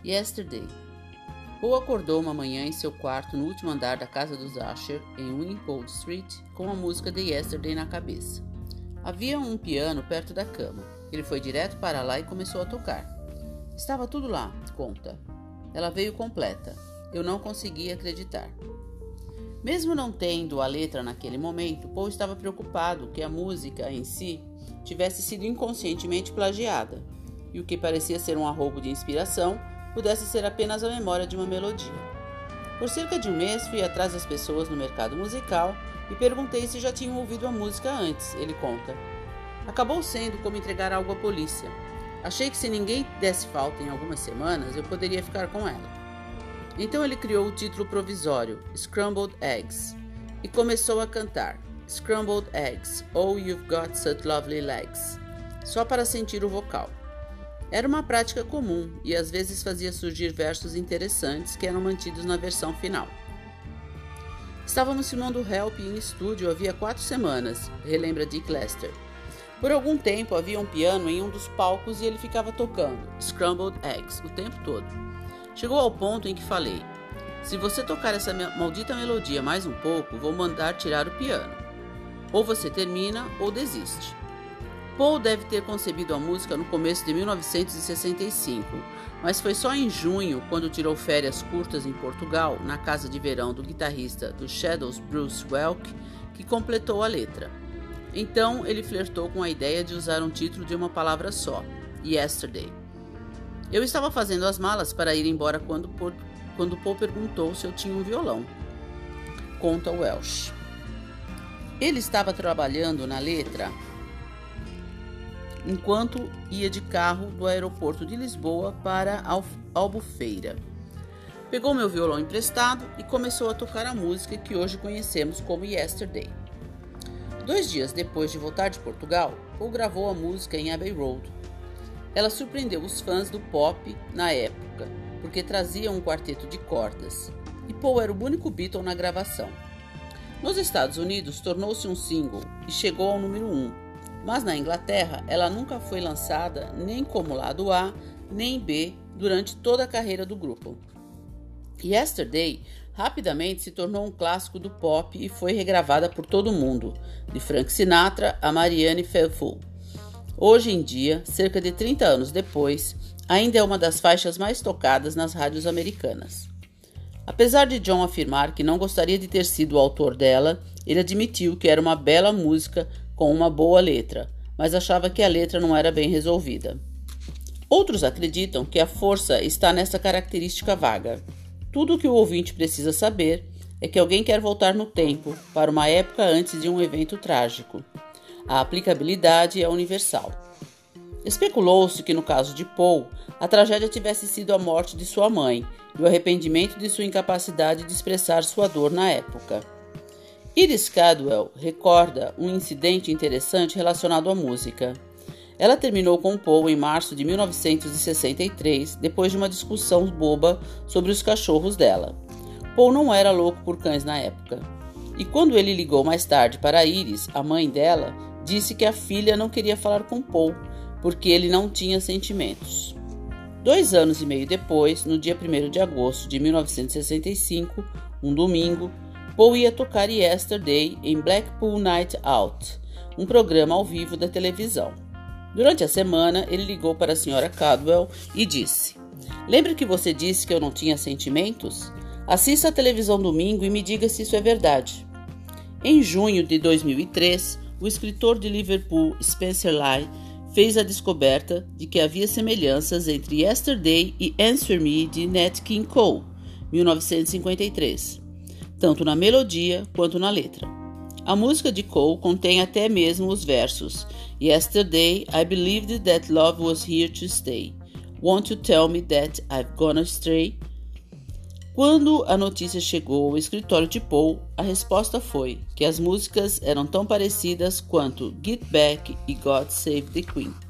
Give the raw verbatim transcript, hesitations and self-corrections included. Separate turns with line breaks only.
Yesterday. Paul acordou uma manhã em seu quarto no último andar da casa dos Asher, em Wimpole Street, com a música de Yesterday na cabeça. Havia um piano perto da cama. Ele foi direto para lá e começou a tocar. Estava tudo lá, conta. Ela veio completa. Eu não conseguia acreditar. Mesmo não tendo a letra naquele momento, Paul estava preocupado que a música em si tivesse sido inconscientemente plagiada, e o que parecia ser um arroubo de inspiração pudesse ser apenas a memória de uma melodia. Por cerca de um mês fui atrás das pessoas no mercado musical e perguntei se já tinham ouvido a música antes, ele conta. Acabou sendo como entregar algo à polícia. Achei que se ninguém desse falta em algumas semanas, eu poderia ficar com ela. Então ele criou o título provisório, Scrambled Eggs, e começou a cantar Scrambled Eggs, oh you've got such lovely legs, só para sentir o vocal. Era uma prática comum e às vezes fazia surgir versos interessantes que eram mantidos na versão final. Estávamos filmando Help em estúdio havia quatro semanas, relembra Dick Lester. Por algum tempo havia um piano em um dos palcos e ele ficava tocando Scrambled Eggs o tempo todo. Chegou ao ponto em que falei, se você tocar essa maldita melodia mais um pouco, vou mandar tirar o piano. Ou você termina ou desiste. Paul deve ter concebido a música no começo de mil novecentos e sessenta e cinco, mas foi só em junho, quando tirou férias curtas em Portugal, na casa de verão do guitarrista dos Shadows Bruce Welch, que completou a letra. Então ele flertou com a ideia de usar um título de uma palavra só, Yesterday. Eu estava fazendo as malas para ir embora quando, quando Paul perguntou se eu tinha um violão. Conta Welsh. Ele estava trabalhando na letra enquanto ia de carro do aeroporto de Lisboa para Albufeira. Pegou meu violão emprestado e começou a tocar a música que hoje conhecemos como Yesterday. Dois dias depois de voltar de Portugal, Paul gravou a música em Abbey Road. Ela surpreendeu os fãs do pop na época, porque trazia um quarteto de cordas, e Paul era o único Beatle na gravação. Nos Estados Unidos, tornou-se um single e chegou ao número um. Mas na Inglaterra, ela nunca foi lançada nem como lado A, nem B, durante toda a carreira do grupo. Yesterday rapidamente se tornou um clássico do pop e foi regravada por todo mundo, de Frank Sinatra a Marianne Faithfull. Hoje em dia, cerca de trinta anos depois, ainda é uma das faixas mais tocadas nas rádios americanas. Apesar de John afirmar que não gostaria de ter sido o autor dela, ele admitiu que era uma bela música com uma boa letra, mas achava que a letra não era bem resolvida. Outros acreditam que a força está nessa característica vaga. Tudo o que o ouvinte precisa saber é que alguém quer voltar no tempo, para uma época antes de um evento trágico. A aplicabilidade é universal. Especulou-se que no caso de Paul, a tragédia tivesse sido a morte de sua mãe e o arrependimento de sua incapacidade de expressar sua dor na época. Iris Cadwell recorda um incidente interessante relacionado à música. Ela terminou com Paul em março de mil novecentos e sessenta e três, depois de uma discussão boba sobre os cachorros dela. Paul não era louco por cães na época. E quando ele ligou mais tarde para Iris, a mãe dela, disse que a filha não queria falar com Paul, porque ele não tinha sentimentos. Dois anos e meio depois, no dia primeiro de agosto de mil novecentos e sessenta e cinco, um domingo, Paul ia tocar Yesterday em Blackpool Night Out, um programa ao vivo da televisão. Durante a semana, ele ligou para a senhora Cadwell e disse: "Lembra que você disse que eu não tinha sentimentos? Assista a televisão domingo e me diga se isso é verdade." Em junho de dois mil e três, o escritor de Liverpool, Spencer Lyle, fez a descoberta de que havia semelhanças entre Yesterday e Answer Me de Nat King Cole, mil novecentos e cinquenta e três. Tanto na melodia quanto na letra. A música de Cole contém até mesmo os versos Yesterday I believed that love was here to stay. Won't you tell me that I've gone astray? Quando a notícia chegou ao escritório de Paul, a resposta foi que as músicas eram tão parecidas quanto Get Back e God Save the Queen.